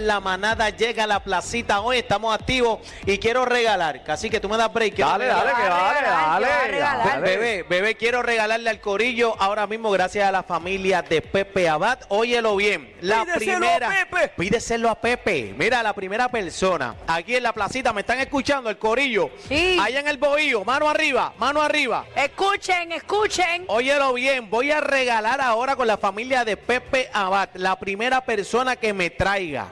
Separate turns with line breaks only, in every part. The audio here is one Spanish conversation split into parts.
la manada llega a la placita. Hoy estamos activos y quiero regalar. Así que tú me das break.
Dale.
Bebé, quiero regalarle al corillo ahora mismo, gracias a la familia de Pepe Abad. Óyelo bien. Pídeselo a Pepe. Mira, la primera persona aquí en la placita, me están escuchando el corillo.
Sí.
Allá en el bohío, mano arriba.
Escuchen.
Óyelo bien, voy a regalar ahora con la familia de Pepe Abad, la primera persona que me traiga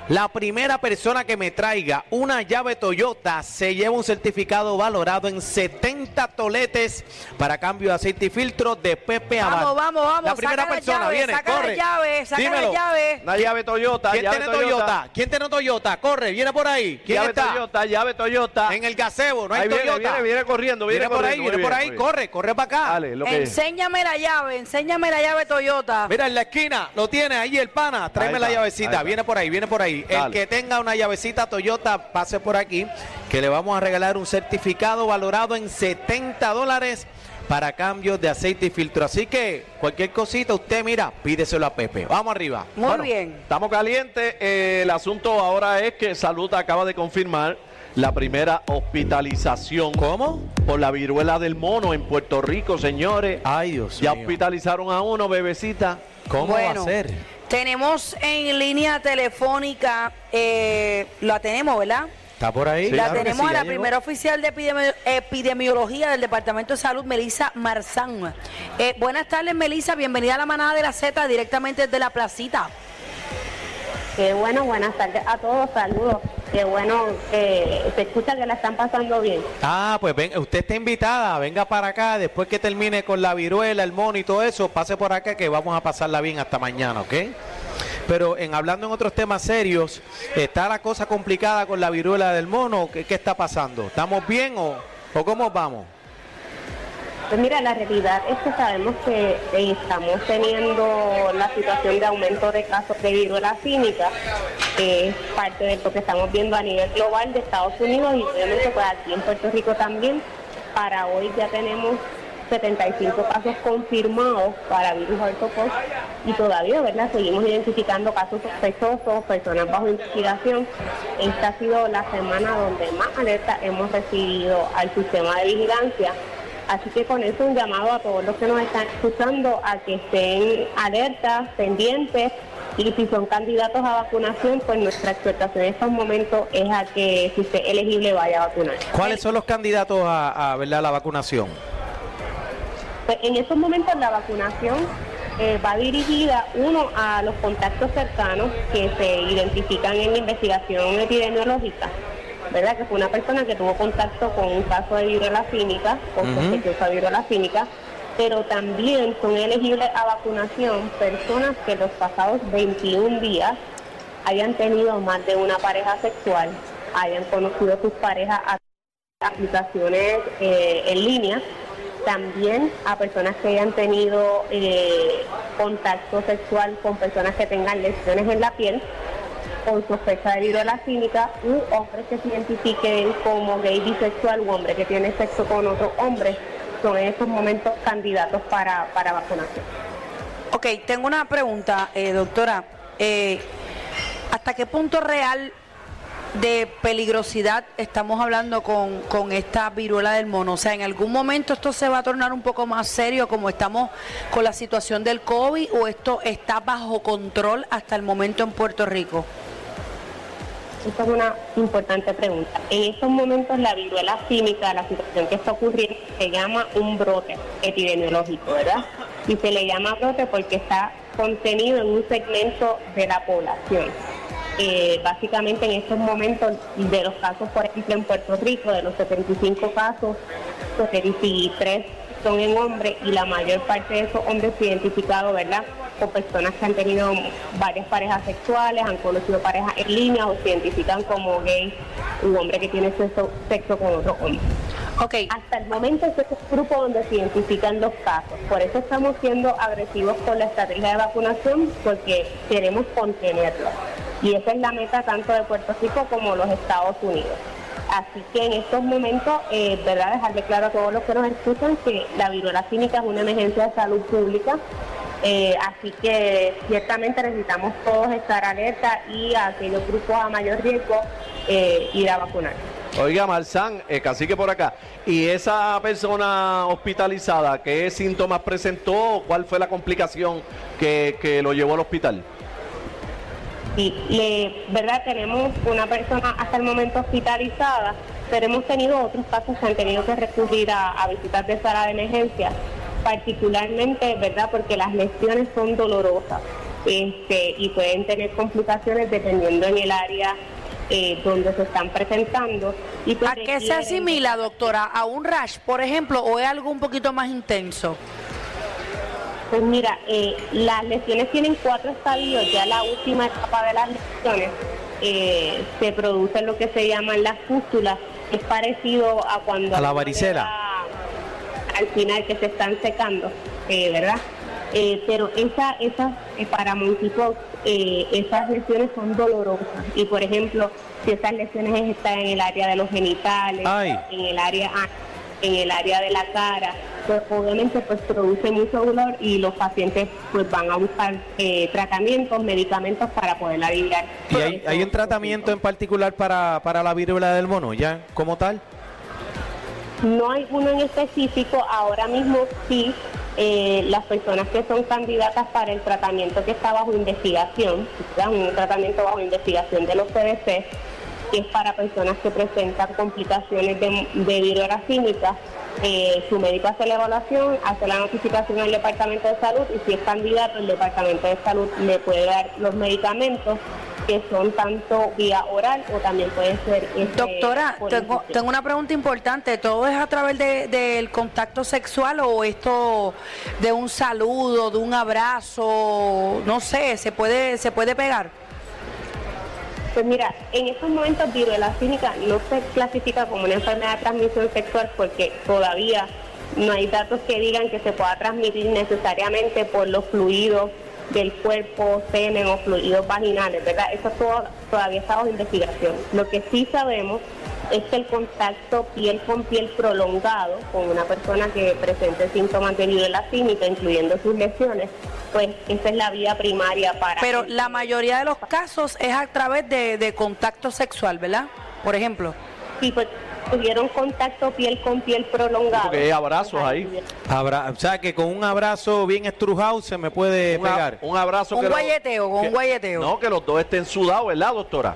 una llave Toyota se lleva un certificado valorado en 70 toletes para cambio de aceite y filtro de Pepe Abad.
Vamos.
La primera persona viene, corre.
Saca la llave.
Una llave Toyota.
¿Quién tiene Toyota? Corre, viene por ahí. ¿Quién está?
Llave Toyota.
En el gazebo, no hay Toyota.
Viene corriendo.
Viene por ahí, corre para acá.
Dale,
Enséñame la llave Toyota.
Mira, en la esquina, lo tiene ahí el pana. Tráeme la llavecita, viene por ahí.
Dale.
El que tenga una llavecita Toyota, pase por aquí, que le vamos a regalar un certificado valorado en $70 para cambios de aceite y filtro. Así que cualquier cosita, usted mira, pídeselo a Pepe. Vamos arriba.
Muy bien.
Estamos calientes. El asunto ahora es que Salud acaba de confirmar la primera hospitalización.
¿Cómo?
Por la viruela del mono en Puerto Rico, señores.
Ay, Dios
ya
mío.
Hospitalizaron a uno, bebecita.
¿Cómo va a ser?
Tenemos en línea telefónica, la tenemos, ¿verdad?
¿Está por ahí?
Sí, tenemos a la primera oficial de epidemiología del Departamento de Salud, Melissa Marzán. Buenas tardes, Melissa, bienvenida a la manada de la Z directamente desde la placita.
Qué bueno, buenas tardes a todos, saludos. Qué bueno, se escucha que la están pasando bien.
Pues ven, usted está invitada, venga para acá, después que termine con la viruela, el mono y todo eso, pase por acá que vamos a pasarla bien hasta mañana, ¿ok? Pero hablando en otros temas serios, ¿está la cosa complicada con la viruela del mono? ¿Qué está pasando? ¿Estamos bien o cómo vamos?
Pues mira, la realidad es que sabemos que estamos teniendo la situación de aumento de casos de viruela cínica, que es parte de lo que estamos viendo a nivel global de Estados Unidos y obviamente pues aquí en Puerto Rico también. Para hoy ya tenemos 75 casos confirmados para virus ortopox y todavía, ¿verdad? Seguimos identificando casos sospechosos, personas bajo investigación. Esta ha sido la semana donde más alerta hemos recibido al sistema de vigilancia. Así que con eso un llamado a todos los que nos están escuchando a que estén alertas, pendientes, y si son candidatos a vacunación, pues nuestra exhortación en estos momentos es a que si usted es elegible vaya a vacunar.
¿Cuáles son los candidatos a la vacunación?
Pues en estos momentos la vacunación va dirigida, uno, a los contactos cercanos que se identifican en la investigación epidemiológica, ¿verdad? Que fue una persona que tuvo contacto con un caso de viruela cínica, con sospechosa viruela cínica, pero también son elegibles a vacunación personas que los pasados 21 días hayan tenido más de una pareja sexual, hayan conocido sus parejas a aplicaciones en línea, también a personas que hayan tenido contacto sexual con personas que tengan lesiones en la piel, con sospecha de viruela cínica, u hombres que se identifiquen como gay, bisexual, u hombre que tiene sexo con otro hombre, son en estos momentos candidatos para vacunación.
Ok, tengo una pregunta, doctora. ¿Hasta qué punto real de peligrosidad estamos hablando con esta viruela del mono? O sea, ¿en algún momento esto se va a tornar un poco más serio como estamos con la situación del COVID, o esto está bajo control hasta el momento en Puerto Rico?
Esta es una importante pregunta. En estos momentos la viruela cínica, la situación que está ocurriendo, se llama un brote epidemiológico, ¿verdad? Y se le llama brote porque está contenido en un segmento de la población. Básicamente en estos momentos de los casos, por ejemplo en Puerto Rico, de los 75 casos, 73 son en hombres y la mayor parte de esos hombres se identificados, ¿verdad?, con personas que han tenido varias parejas sexuales, han conocido parejas en línea o se identifican como gay, un hombre que tiene sexo con otro hombre.
Okay.
Hasta el momento este es el grupo donde se identifican los casos, por eso estamos siendo agresivos con la estrategia de vacunación, porque queremos contenerlo. Y esa es la meta tanto de Puerto Rico como los Estados Unidos. Así que en estos momentos, ¿verdad?, dejarle claro a todos los que nos escuchan que la viruela cínica es una emergencia de salud pública. Así que ciertamente necesitamos todos estar alerta y a aquellos grupos a mayor riesgo ir a vacunar.
Oiga, Marzán, cacique por acá, ¿y esa persona hospitalizada qué síntomas presentó? ¿Cuál fue la complicación que lo llevó al hospital?
Sí, ¿verdad? Tenemos una persona hasta el momento hospitalizada, pero hemos tenido otros casos que han tenido que recurrir a visitas de sala de emergencia, particularmente, ¿verdad? Porque las lesiones son dolorosas y pueden tener complicaciones dependiendo en el área donde se están presentando. Y pues
¿a qué se asimila, doctora? ¿A un rash, por ejemplo, o es algo un poquito más intenso?
Pues mira, las lesiones tienen 4 estadios. Ya la última etapa de las lesiones se produce lo que se llaman las pústulas. Es parecido a cuando...
a la varicela.
Al final que se están secando, ¿verdad? Pero para monkeypox, esas lesiones son dolorosas. Y por ejemplo, si esas lesiones están en el área de los genitales, en el área de la cara, pues obviamente pues produce mucho dolor y los pacientes pues van a buscar tratamientos, medicamentos para poder aliviar.
¿Y hay un tratamiento en particular para la viruela del mono ya como tal?
No hay uno en específico. Ahora mismo sí, las personas que son candidatas para el tratamiento que está bajo investigación, un tratamiento bajo investigación de los CDC, que es para personas que presentan complicaciones de viruela símica, su médico hace la evaluación, hace la notificación al Departamento de Salud y si es candidato, el Departamento de Salud le puede dar los medicamentos que son tanto vía oral o también puede ser...
Doctora, tengo una pregunta importante. ¿Todo es a través del contacto sexual o esto de un saludo, de un abrazo? No sé, ¿se puede pegar?
Pues mira, en estos momentos viruela símica no se clasifica como una enfermedad de transmisión sexual porque todavía no hay datos que digan que se pueda transmitir necesariamente por los fluidos del cuerpo, semen o fluidos vaginales, ¿verdad? Eso todavía está bajo investigación. Lo que sí sabemos es que el contacto piel con piel prolongado con una persona que presente síntomas de viruela símica, incluyendo sus lesiones, pues esa es la vía primaria para...
Pero la mayoría de los casos es a través de contacto sexual, ¿verdad? Por ejemplo.
Sí, pues tuvieron contacto piel con piel prolongado.
Porque hay abrazos ahí.
O sea, que con un abrazo bien estrujado se me puede pegar.
Un abrazo
un guayeteo.
No, que los dos estén sudados, ¿verdad, doctora?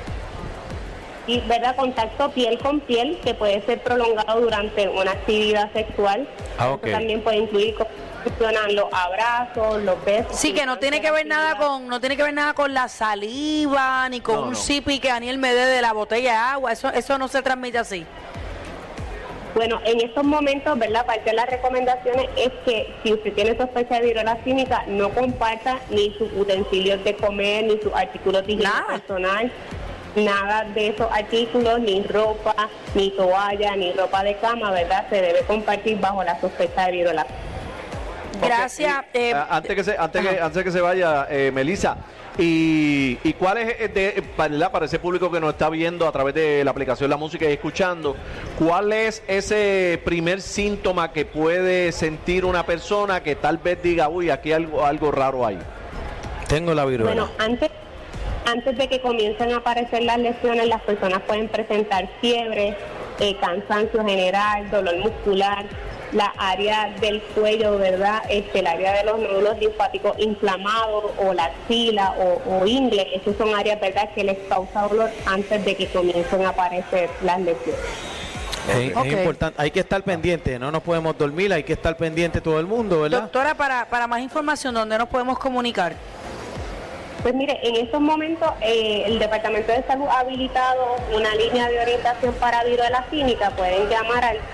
Y, ¿verdad? Contacto piel con piel que puede ser prolongado durante una actividad sexual. Eso también puede incluir funcionan los abrazos, los besos.
Sí, que no tiene que ver nada con la saliva ni con un sipi que Daniel me dé de la botella de agua. Eso no se transmite así.
Bueno, en estos momentos, ¿verdad? Parte de las recomendaciones es que si usted tiene sospecha de viruela símica, no comparta ni sus utensilios de comer, ni sus artículos de higiene personal, nada de esos artículos, ni ropa, ni toalla, ni ropa de cama, ¿verdad? Se debe compartir bajo la sospecha de viruela.
Gracias.
Antes que se vaya, Melissa, ¿y cuál es, para ese público que nos está viendo a través de la aplicación La Música y escuchando, cuál es ese primer síntoma que puede sentir una persona que tal vez diga, uy, aquí algo raro hay?
Tengo la viruela.
Bueno, antes de que comiencen a aparecer las lesiones, las personas pueden presentar fiebre, cansancio general, dolor muscular, la área del cuello, ¿verdad? El área de los nódulos linfáticos inflamados o la axila o ingle, esas son áreas, ¿verdad?, que les causa dolor antes de que comiencen a aparecer las lesiones.
Es importante, hay que estar pendiente, no nos podemos dormir, hay que estar pendiente todo el mundo, ¿verdad?
Doctora, para más información, ¿dónde nos podemos comunicar?
Pues mire, en estos momentos el Departamento de Salud ha habilitado una línea de orientación para viruela símica. Pueden llamar al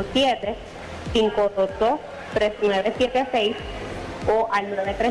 787-522-3976 o al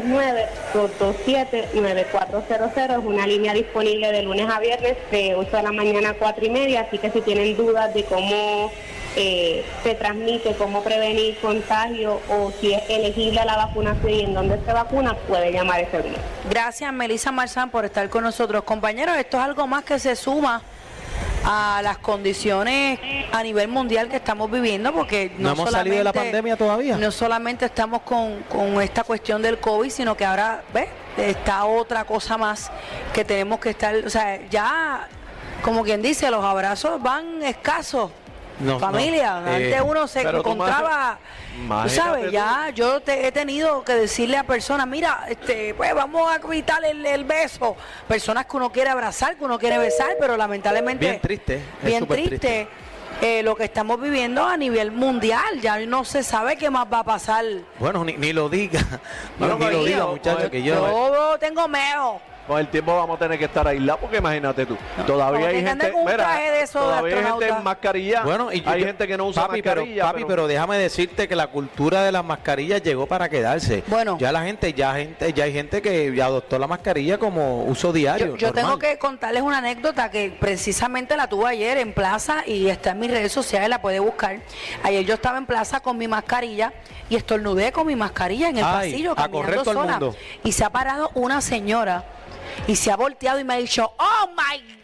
939-227-9400. Es una línea disponible de lunes a viernes de 8 de la mañana a 4:30, así que si tienen dudas de cómo se transmite, cómo prevenir contagio o si es elegible a la vacunación y en dónde se vacuna, puede llamar ese día.
Gracias, Melissa Marzán, por estar con nosotros. Compañeros, esto es algo más que se suma a las condiciones a nivel mundial que estamos viviendo, porque
no hemos salido de la pandemia todavía.
No solamente estamos con esta cuestión del COVID, sino que ahora, ¿ves? Está otra cosa más que tenemos que estar, o sea, ya, como quien dice, los abrazos van escasos.
No,
familia, antes uno se encontraba, tú sabes, ya yo he tenido que decirle a personas, mira, pues vamos a evitar el beso, personas que uno quiere abrazar, que uno quiere besar, pero lamentablemente
bien triste,
bien triste. Lo que estamos viviendo a nivel mundial, ya no se sabe qué más va a pasar.
Bueno, ni lo diga, ni lo diga, muchachos, que
yo tengo miedo.
Con el tiempo vamos a tener que estar aislados, porque imagínate tú, todavía hay gente, todavía hay gente en mascarilla,
bueno, y
hay gente que no usa mascarilla.
Pero déjame decirte que la cultura de las mascarillas llegó para quedarse.
Bueno,
ya hay gente que adoptó la mascarilla como uso diario.
Yo tengo que contarles una anécdota que precisamente la tuve ayer en Plaza y está en mis redes sociales, la puede buscar. Ayer yo estaba en Plaza con mi mascarilla y estornudé con mi mascarilla en el pasillo, caminando sola. Y se ha parado una señora y se ha volteado y me ha dicho, ¡oh, my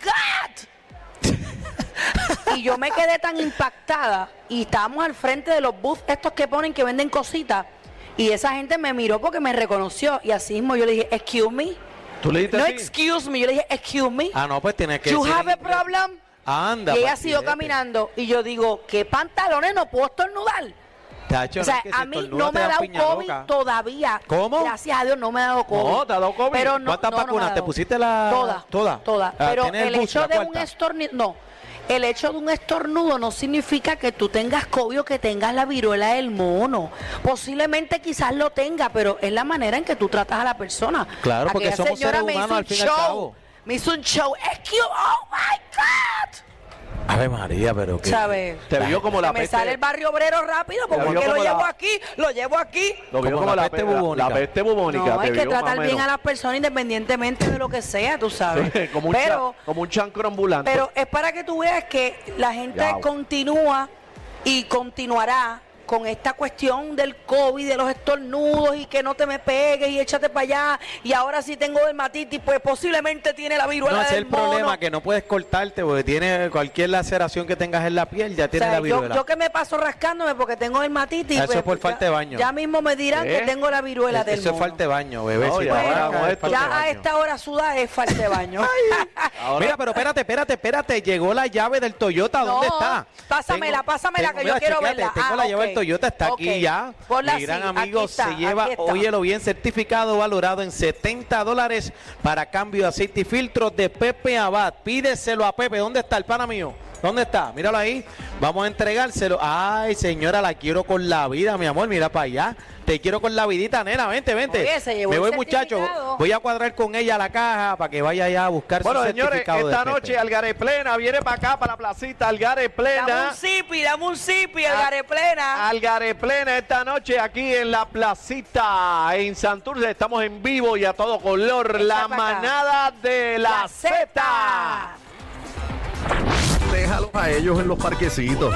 God! Y yo me quedé tan impactada y estábamos al frente de los booths estos que ponen, que venden cositas, y esa gente me miró porque me reconoció y así mismo yo le dije, excuse me.
¿Tú le dijiste
no,
así?
Excuse me, yo le dije, excuse me.
Ah, no, pues tienes que
You have a problem.
Anda,
y ella siguió caminando y yo digo, ¿qué pantalones? No puedo estornudar.
Tacho,
O sea,
no,
a mí no me ha dado COVID todavía.
¿Cómo?
Gracias a Dios no me ha dado COVID.
No, te ha dado COVID.
Pero
¿Cuántas vacunas? ¿Te pusiste la...?
Todas. Pero el hecho de un estornudo... No, el hecho de un estornudo no significa que tú tengas COVID o que tengas la viruela del mono. Posiblemente quizás lo tenga, pero es la manera en que tú tratas a la persona.
Claro, porque
aquella
somos seres humanos al fin y al cabo.
Me hizo un show. ¡Oh, my God!
Ave María, pero que...
¿Sabes?
Te vio como la
me
peste.
sale el barrio obrero rápido, porque lo llevo aquí.
Lo vio como la peste bubónica. La peste bubónica.
No, hay que tratar bien a las personas independientemente de lo que sea, tú sabes.
como un chancro ambulante.
Pero es para que tú veas que la gente continúa y continuará con esta cuestión del COVID, de los estornudos y que no te me pegues y échate para allá, y ahora si tengo dermatitis, pues posiblemente tiene la viruela del mono.
No, ese es el problema, que no puedes cortarte porque tiene cualquier laceración que tengas en la piel, ya tiene la viruela.
Yo que me paso rascándome porque tengo dermatitis.
Eso es por falta de baño.
Ya mismo me dirán que tengo la viruela del mono.
Eso es falta de baño, bebé.
No,
ya a esta hora sudar es falta de baño.
Mira, pero espérate, llegó la llave del Toyota, ¿dónde está?
Pásamela, que yo quiero verla.
Tengo la llave del Toyota, está aquí ya. Mi gran amigo se lleva, óyelo bien, certificado valorado en $70 para cambio de aceite y filtros de Pepe Abad. Pídeselo a Pepe. ¿Dónde está el pana mío? ¿Dónde está? Míralo ahí. Vamos a entregárselo. Ay, señora, la quiero con la vida, mi amor. Mira para allá. Te quiero con la vidita, nena. Vente.
Oye, se llevó
me voy,
el
muchacho. Voy a cuadrar con ella la caja para que vaya allá a buscar su certificado.
Bueno, señores, esta noche Algaré Plena viene para acá, para la placita Algaré Plena.
Dame un zipi, Algaré Plena.
Algaré Plena esta noche aquí en la placita en Santurce. Estamos en vivo y a todo color. La manada de la Z.
Déjalos a ellos en los parquecitos.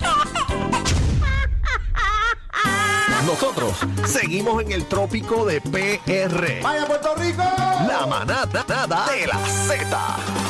Nosotros seguimos en el trópico de PR.
¡Vaya Puerto Rico!
La manada de la Z.